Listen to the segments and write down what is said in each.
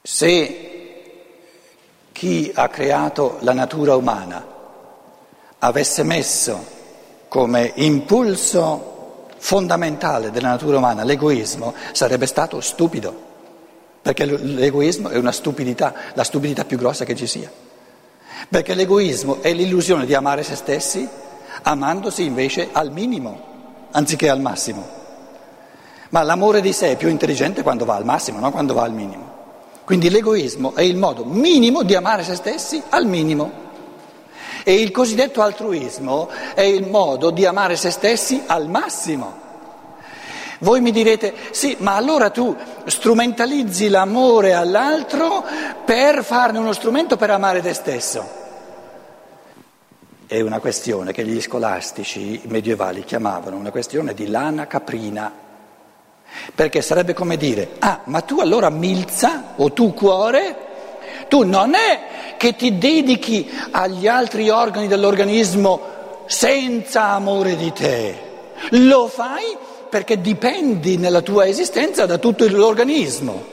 Se chi ha creato la natura umana avesse messo come impulso fondamentale della natura umana l'egoismo, sarebbe stato stupido, perché l'egoismo è una stupidità, la stupidità più grossa che ci sia, perché l'egoismo è l'illusione di amare se stessi, amandosi invece al minimo, anziché al massimo. Ma l'amore di sé è più intelligente quando va al massimo, non quando va al minimo. Quindi l'egoismo è il modo minimo di amare se stessi al minimo. E il cosiddetto altruismo è il modo di amare se stessi al massimo. Voi mi direte, sì, ma allora tu strumentalizzi l'amore all'altro per farne uno strumento per amare te stesso. È una questione che gli scolastici medievali chiamavano una questione di lana caprina. Perché sarebbe come dire, ma tu allora milza o tu cuore, tu non è che ti dedichi agli altri organi dell'organismo senza amore di te, lo fai perché dipendi nella tua esistenza da tutto l'organismo.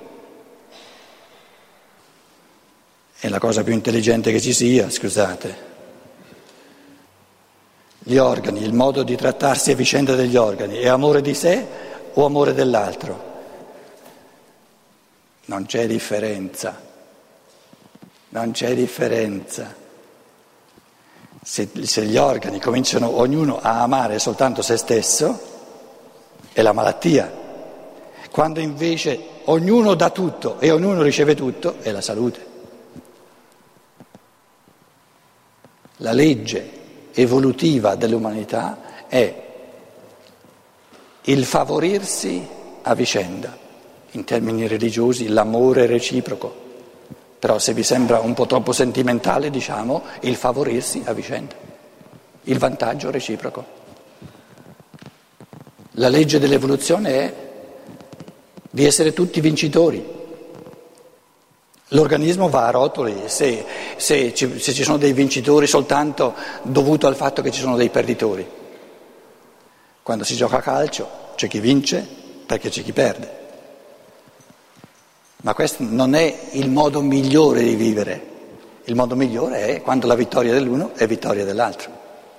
È la cosa più intelligente che ci sia, scusate. Gli organi, il modo di trattarsi a vicenda degli organi, è amore di sé o amore dell'altro? Non c'è differenza, non c'è differenza. Se gli organi cominciano ognuno a amare soltanto se stesso, è la malattia. Quando invece ognuno dà tutto e ognuno riceve tutto, è la salute. La legge evolutiva dell'umanità è il favorirsi a vicenda, in termini religiosi l'amore reciproco, però se vi sembra un po' troppo sentimentale diciamo il favorirsi a vicenda, il vantaggio reciproco. La legge dell'evoluzione è di essere tutti vincitori. L'organismo va a rotoli se ci sono dei vincitori soltanto dovuto al fatto che ci sono dei perditori. Quando si gioca a calcio c'è chi vince perché c'è chi perde. Ma questo non è il modo migliore di vivere. Il modo migliore è quando la vittoria dell'uno è vittoria dell'altro.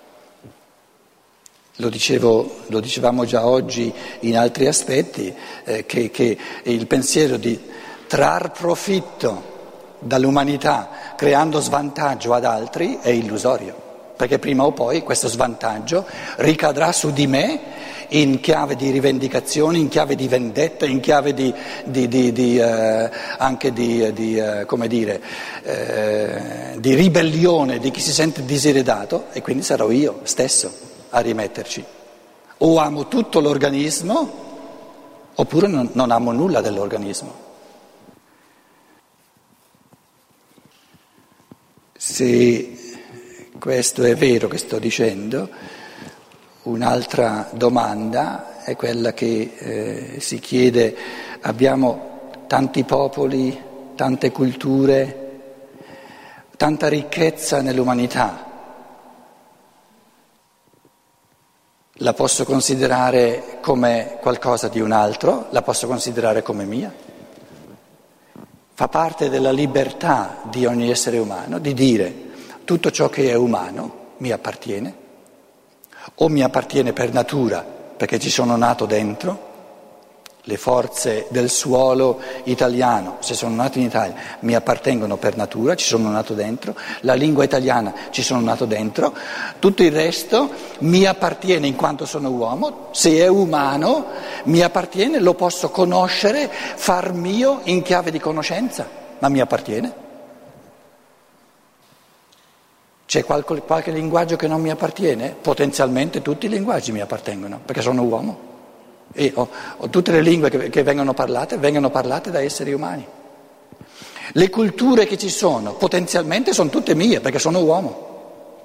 Lo dicevamo già oggi in altri aspetti, che il pensiero di trar profitto dall'umanità creando svantaggio ad altri è illusorio, perché prima o poi questo svantaggio ricadrà su di me in chiave di rivendicazione, in chiave di vendetta, in chiave di ribellione di chi si sente diseredato, e quindi sarò io stesso a rimetterci. O amo tutto l'organismo oppure non amo nulla dell'organismo. Se questo è vero che sto dicendo, un'altra domanda è quella che si chiede: abbiamo tanti popoli, tante culture, tanta ricchezza nell'umanità. La posso considerare come qualcosa di un altro? La posso considerare come mia? Fa parte della libertà di ogni essere umano di dire tutto ciò che è umano mi appartiene, o mi appartiene per natura perché ci sono nato dentro. Le forze del suolo italiano, se sono nato in Italia, mi appartengono per natura, ci sono nato dentro. La lingua italiana, ci sono nato dentro. Tutto il resto mi appartiene in quanto sono uomo. Se è umano, mi appartiene, lo posso conoscere, far mio in chiave di conoscenza, ma mi appartiene. C'è qualche linguaggio che non mi appartiene? Potenzialmente tutti i linguaggi mi appartengono, perché sono uomo. E tutte le lingue che vengono parlate da esseri umani. Le culture che ci sono potenzialmente sono tutte mie perché sono uomo.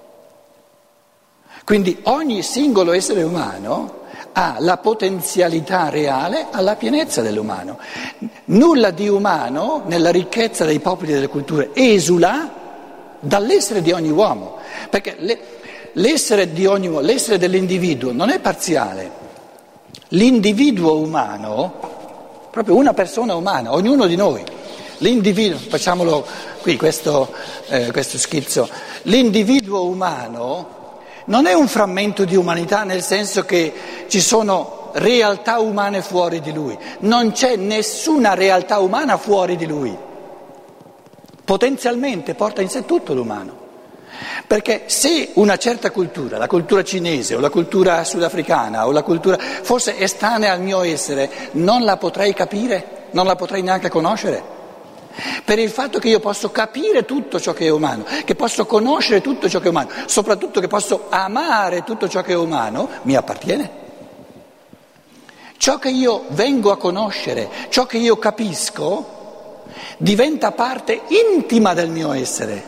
Quindi ogni singolo essere umano ha la potenzialità reale alla pienezza dell'umano. Nulla di umano nella ricchezza dei popoli e delle culture esula dall'essere di ogni uomo, perché l'essere di ogni uomo, l'essere dell'individuo non è parziale. L'individuo umano, proprio una persona umana, ognuno di noi, L'individuo, facciamolo qui, questo schizzo, l'individuo umano non è un frammento di umanità nel senso che ci sono realtà umane fuori di lui, non c'è nessuna realtà umana fuori di lui, potenzialmente porta in sé tutto l'umano, perché se una certa cultura, la cultura cinese o la cultura sudafricana o la cultura fosse estranea al mio essere, non la potrei capire, non la potrei neanche conoscere. Per il fatto che io posso capire tutto ciò che è umano, che posso conoscere tutto ciò che è umano, soprattutto che posso amare tutto ciò che è umano, mi appartiene. Ciò che io vengo a conoscere, ciò che io capisco, diventa parte intima del mio essere.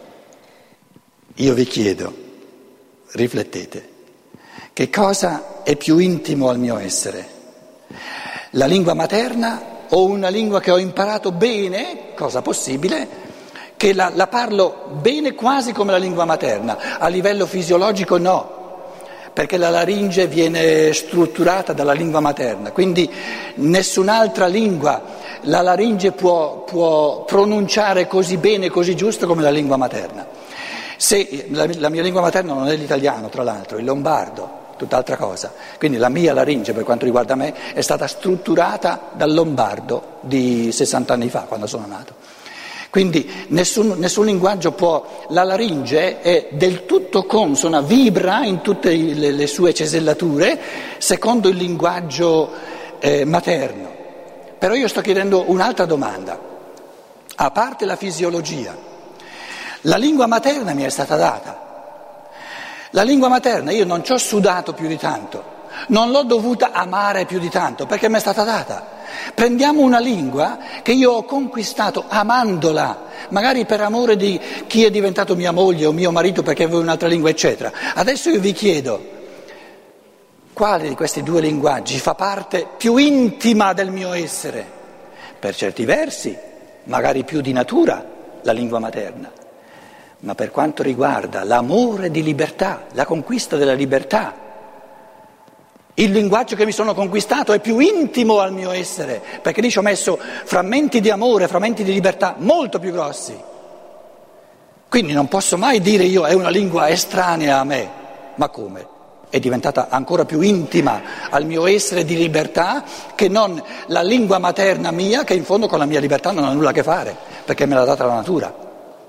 Io vi chiedo, riflettete, che cosa è più intimo al mio essere? La lingua materna o una lingua che ho imparato bene, cosa possibile, che la parlo bene quasi come la lingua materna, a livello fisiologico no, perché la laringe viene strutturata dalla lingua materna, quindi nessun'altra lingua la laringe può pronunciare così bene, così giusto come la lingua materna. Se la mia lingua materna non è l'italiano, tra l'altro, è il lombardo, tutt'altra cosa. Quindi la mia laringe, per quanto riguarda me, è stata strutturata dal lombardo di 60 anni fa, quando sono nato. Quindi nessun linguaggio può, la laringe è del tutto consona, vibra in tutte le sue cesellature, secondo il linguaggio materno. Però io sto chiedendo un'altra domanda, a parte la fisiologia. La lingua materna mi è stata data. La lingua materna io non ci ho sudato più di tanto, non l'ho dovuta amare più di tanto perché mi è stata data. Prendiamo una lingua che io ho conquistato amandola, magari per amore di chi è diventato mia moglie o mio marito perché aveva un'altra lingua, eccetera. Adesso io vi chiedo, quale di questi due linguaggi fa parte più intima del mio essere? Per certi versi, magari più di natura, la lingua materna. Ma per quanto riguarda l'amore di libertà, la conquista della libertà, il linguaggio che mi sono conquistato è più intimo al mio essere, perché lì ci ho messo frammenti di amore, frammenti di libertà molto più grossi. Quindi non posso mai dire io è una lingua estranea a me, ma come? È diventata ancora più intima al mio essere di libertà che non la lingua materna mia, che in fondo con la mia libertà non ha nulla a che fare, perché me l'ha data la natura.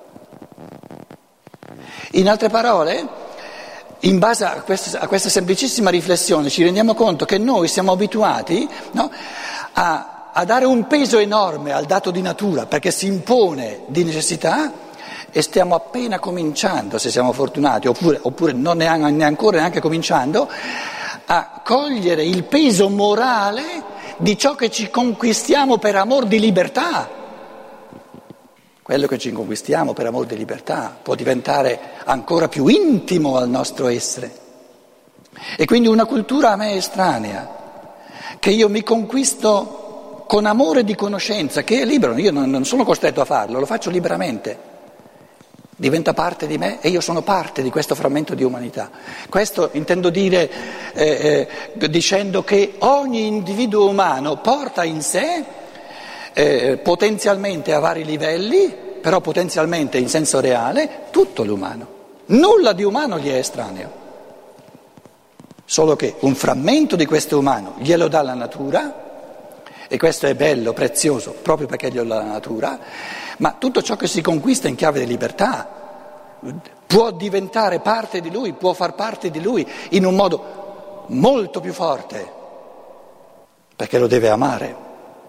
In altre parole, in base a questa semplicissima riflessione ci rendiamo conto che noi siamo abituati, no, a dare un peso enorme al dato di natura perché si impone di necessità e stiamo appena cominciando, se siamo fortunati, oppure non neanche cominciando, a cogliere il peso morale di ciò che ci conquistiamo per amor di libertà. Quello che ci conquistiamo per amor di libertà può diventare ancora più intimo al nostro essere. E quindi una cultura a me estranea, che io mi conquisto con amore di conoscenza, che è libero, io non sono costretto a farlo, lo faccio liberamente. Diventa parte di me e io sono parte di questo frammento di umanità. Questo intendo dire dicendo che ogni individuo umano porta in sé potenzialmente a vari livelli, però potenzialmente in senso reale, tutto l'umano. Nulla di umano gli è estraneo, solo che un frammento di questo umano glielo dà la natura, e questo è bello, prezioso, proprio perché glielo dà la natura, ma tutto ciò che si conquista in chiave di libertà può diventare parte di lui, può far parte di lui in un modo molto più forte, perché lo deve amare.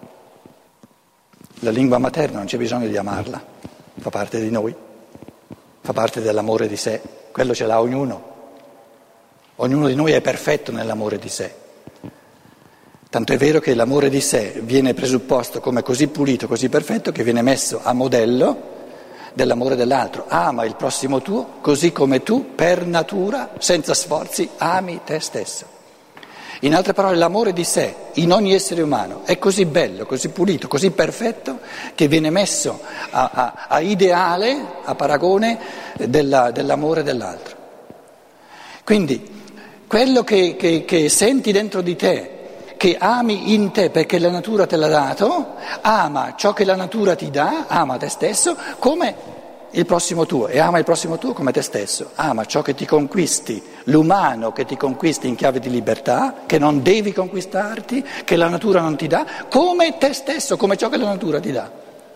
La lingua materna non c'è bisogno di amarla, fa parte di noi, fa parte dell'amore di sé, quello ce l'ha ognuno. Ognuno di noi è perfetto nell'amore di sé. Tanto è vero che l'amore di sé viene presupposto come così pulito, così perfetto, che viene messo a modello dell'amore dell'altro. Ama il prossimo tuo così come tu, per natura, senza sforzi, ami te stesso. In altre parole, l'amore di sé in ogni essere umano è così bello, così pulito, così perfetto che viene messo a ideale, a paragone dell'amore dell'altro. Quindi quello che senti dentro di te, che ami in te perché la natura te l'ha dato, ama ciò che la natura ti dà, ama te stesso come il prossimo tuo e ama il prossimo tuo come te stesso, ama ciò che ti conquisti, l'umano che ti conquisti in chiave di libertà, che non devi conquistarti, che la natura non ti dà, come te stesso, come ciò che la natura ti dà.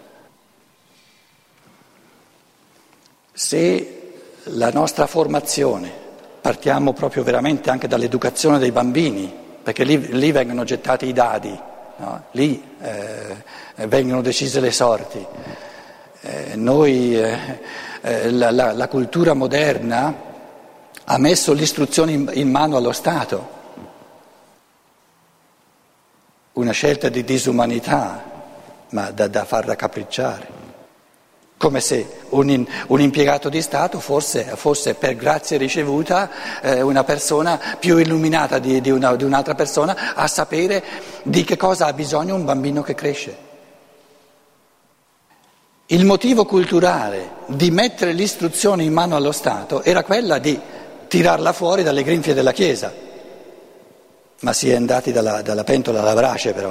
Se la nostra formazione, partiamo proprio veramente anche dall'educazione dei bambini, perché lì vengono gettati i dadi, no? Lì vengono decise le sorti. La cultura moderna ha messo l'istruzione in mano allo Stato, una scelta di disumanità, ma da far raccapricciare, come se un impiegato di Stato fosse per grazia ricevuta una persona più illuminata di un'altra persona a sapere di che cosa ha bisogno un bambino che cresce. Il motivo culturale di mettere l'istruzione in mano allo Stato era quella di tirarla fuori dalle grinfie della Chiesa, ma si è andati dalla pentola alla brace però,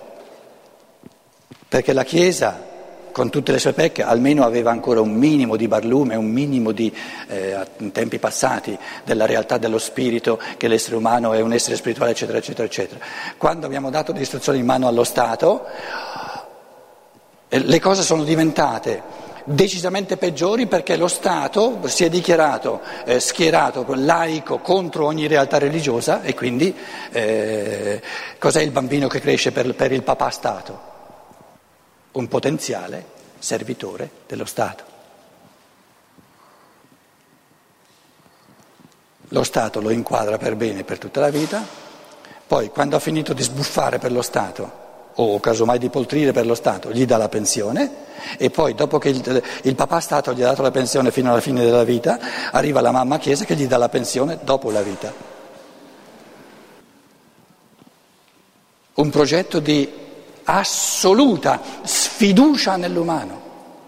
perché la Chiesa, con tutte le sue pecche, almeno aveva ancora un minimo di barlume, un minimo di, in tempi passati, della realtà dello spirito, che l'essere umano è un essere spirituale, eccetera, eccetera, eccetera. Quando abbiamo dato l'istruzione in mano allo Stato, le cose sono diventate decisamente peggiori perché lo Stato si è dichiarato schierato, laico, contro ogni realtà religiosa e quindi cos'è il bambino che cresce per il papà Stato? Un potenziale servitore dello Stato. Lo Stato lo inquadra per bene per tutta la vita, poi quando ha finito di sbuffare per lo Stato o casomai di poltrire per lo Stato, gli dà la pensione e poi dopo che il papà Stato gli ha dato la pensione fino alla fine della vita, arriva la mamma Chiesa che gli dà la pensione dopo la vita. Un progetto di assoluta sfiducia nell'umano.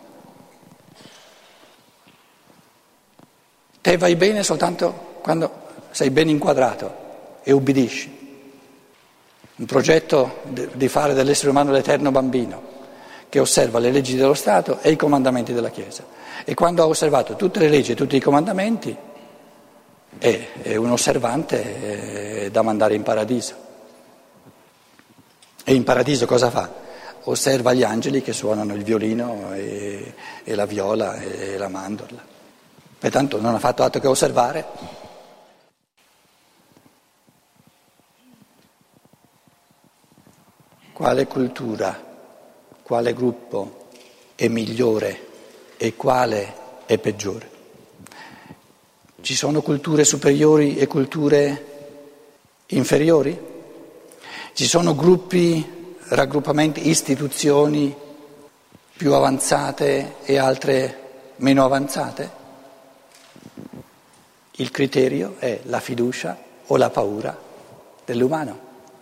Te vai bene soltanto quando sei ben inquadrato e ubbidisci. Un progetto di fare dell'essere umano l'eterno bambino che osserva le leggi dello Stato e i comandamenti della Chiesa. E quando ha osservato tutte le leggi e tutti i comandamenti è un osservante da mandare in paradiso. E in paradiso cosa fa? Osserva gli angeli che suonano il violino e la viola e la mandorla. Pertanto non ha fatto altro che osservare. Quale cultura, quale gruppo è migliore e quale è peggiore? Ci sono culture superiori e culture inferiori? Ci sono gruppi, raggruppamenti, istituzioni più avanzate e altre meno avanzate? Il criterio è la fiducia o la paura dell'umano.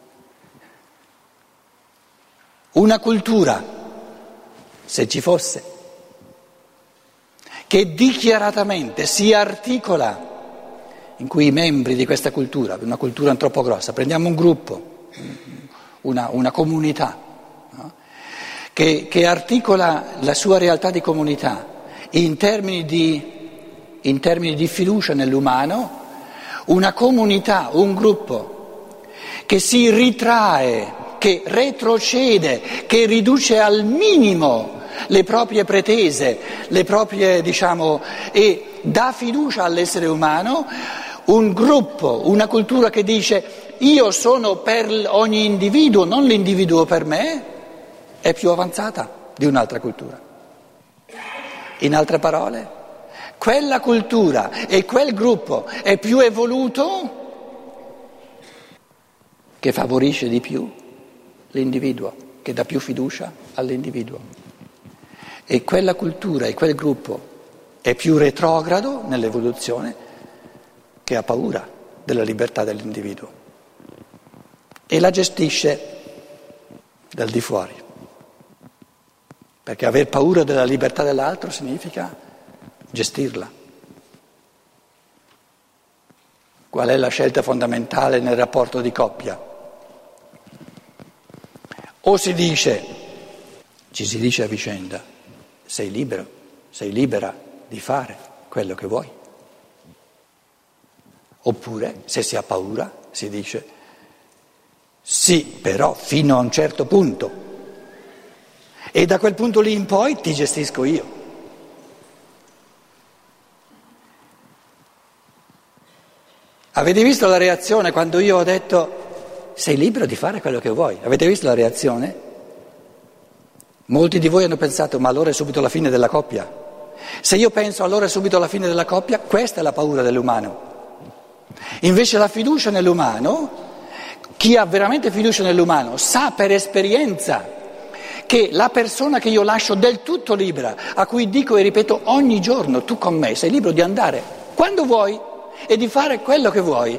Una cultura, se ci fosse, che dichiaratamente si articola, in cui i membri di questa cultura, una cultura un troppo grossa, prendiamo un gruppo, una comunità, no? che articola la sua realtà di comunità in termini di fiducia nell'umano, una comunità, un gruppo che si ritrae, che retrocede, che riduce al minimo le proprie pretese, le proprie, e dà fiducia all'essere umano, un gruppo, una cultura che dice io sono per ogni individuo, non l'individuo per me, è più avanzata di un'altra cultura. In altre parole, quella cultura e quel gruppo è più evoluto che favorisce di più l'individuo, che dà più fiducia all'individuo. E quella cultura e quel gruppo è più retrogrado nell'evoluzione che ha paura della libertà dell'individuo e la gestisce dal di fuori. Perché aver paura della libertà dell'altro significa gestirla. Qual è la scelta fondamentale nel rapporto di coppia? O ci si dice a vicenda, sei libero, sei libera di fare quello che vuoi. Oppure, se si ha paura, si dice, sì, però fino a un certo punto. E da quel punto lì in poi ti gestisco io. Avete visto la reazione quando io ho detto sei libero di fare quello che vuoi? Avete visto la reazione? Molti di voi hanno pensato ma allora è subito la fine della coppia. Se io penso allora è subito la fine della coppia, questa è la paura dell'umano. Invece la fiducia nell'umano, chi ha veramente fiducia nell'umano sa per esperienza che la persona che io lascio del tutto libera, a cui dico e ripeto ogni giorno tu con me sei libero di andare quando vuoi e di fare quello che vuoi.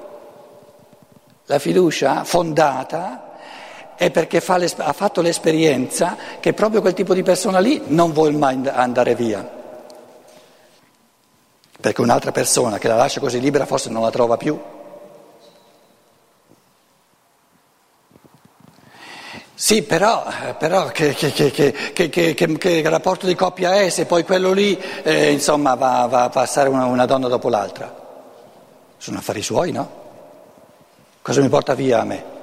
La fiducia fondata è perché ha fatto l'esperienza che proprio quel tipo di persona lì non vuol mai andare via. Perché un'altra persona che la lascia così libera forse non la trova più. Sì, però che rapporto di coppia è se poi quello lì insomma va a passare una donna dopo l'altra? Sono affari suoi, no? Cosa mi porta via a me?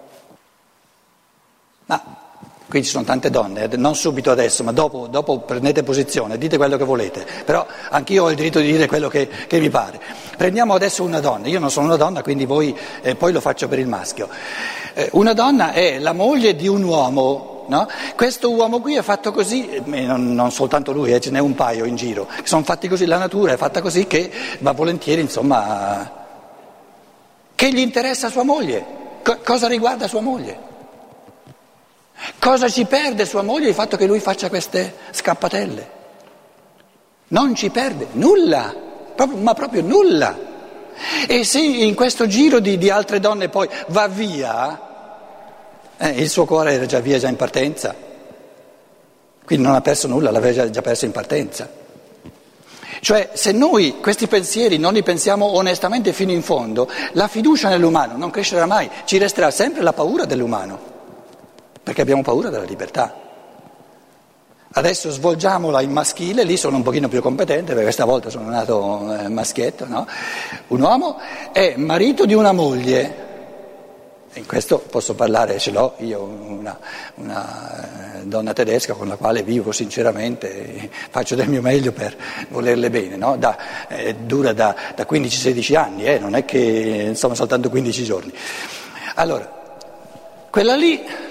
Ma qui ci sono tante donne, non subito adesso, ma dopo prendete posizione, dite quello che volete, però anch'io ho il diritto di dire quello che mi pare. Prendiamo adesso una donna, io non sono una donna, quindi poi lo faccio per il maschio. Una donna è la moglie di un uomo, no? Questo uomo qui è fatto così, non soltanto lui, ce n'è un paio in giro, sono fatti così, la natura è fatta così che va volentieri, insomma, che gli interessa sua moglie, cosa riguarda sua moglie? Cosa ci perde sua moglie il fatto che lui faccia queste scappatelle? Non ci perde nulla, ma proprio nulla. E se in questo giro di altre donne poi va via, il suo cuore era già via già in partenza, quindi non ha perso nulla, l'aveva già perso in partenza. Cioè se noi questi pensieri non li pensiamo onestamente fino in fondo, la fiducia nell'umano non crescerà mai, ci resterà sempre la paura dell'umano. Perché abbiamo paura della libertà. Adesso svolgiamola in maschile, lì sono un pochino più competente, perché questa volta sono nato maschietto, no? Un uomo è marito di una moglie, in questo posso parlare, ce l'ho io, una donna tedesca con la quale vivo sinceramente, faccio del mio meglio per volerle bene, no? Dura da 15-16 anni, non è che insomma soltanto 15 giorni. Allora, quella lì...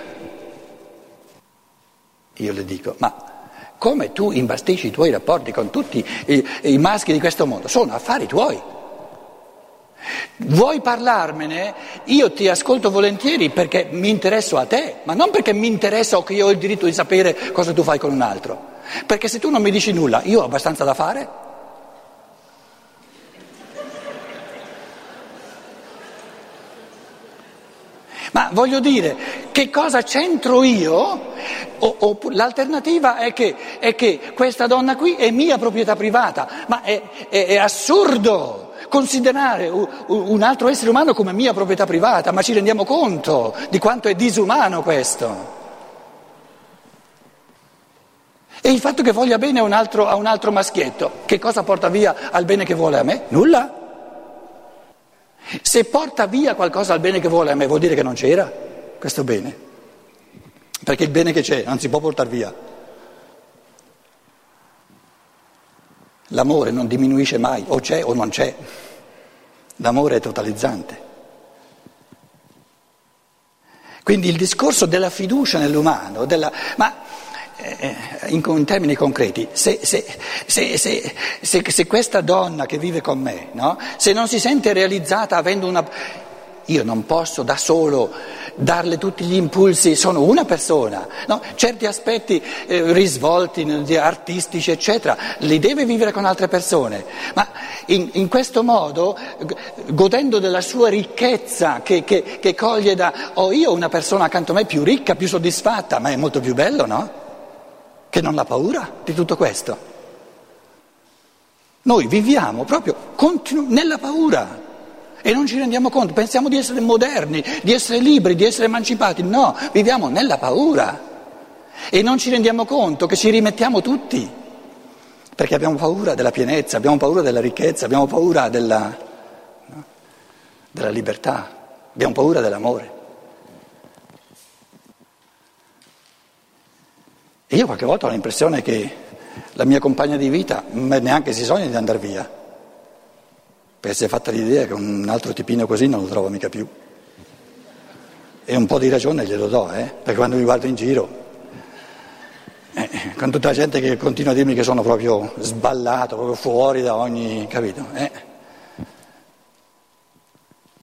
Io le dico, ma come tu imbastisci i tuoi rapporti con tutti i maschi di questo mondo? Sono affari tuoi. Vuoi parlarmene? Io ti ascolto volentieri perché mi interesso a te, ma non perché mi interessa o che io ho il diritto di sapere cosa tu fai con un altro. Perché se tu non mi dici nulla, io ho abbastanza da fare. Ma voglio dire, che cosa c'entro io? L'alternativa è che questa donna qui è mia proprietà privata, ma è assurdo considerare un altro essere umano come mia proprietà privata, ma ci rendiamo conto di quanto è disumano questo? E il fatto che voglia bene a un altro maschietto, che cosa porta via al bene che vuole a me? Nulla. Se porta via qualcosa al bene che vuole a me vuol dire che non c'era questo bene, perché il bene che c'è non si può portare via. L'amore non diminuisce mai, o c'è o non c'è, l'amore è totalizzante. Quindi il discorso della fiducia nell'umano, in termini concreti, se questa donna che vive con me, no? Se non si sente realizzata avendo io non posso da solo darle tutti gli impulsi, sono una persona, no? Certi aspetti risvolti artistici eccetera li deve vivere con altre persone, ma in questo modo, godendo della sua ricchezza che coglie ho io una persona accanto a me più ricca, più soddisfatta, ma è molto più bello, no? Che non ha paura di tutto questo. Noi viviamo proprio nella paura. E non ci rendiamo conto, pensiamo di essere moderni, di essere liberi, di essere emancipati. No, viviamo nella paura e non ci rendiamo conto che ci rimettiamo tutti, perché abbiamo paura della pienezza, abbiamo paura della ricchezza, abbiamo paura della libertà, abbiamo paura dell'amore. E io qualche volta ho l'impressione che la mia compagna di vita neanche si sogna di andare via, perché si è fatta l'idea che un altro tipino così non lo trovo mica più. E un po' di ragione glielo do, perché quando mi guardo in giro, con tutta la gente che continua a dirmi che sono proprio sballato, proprio fuori da ogni, capito?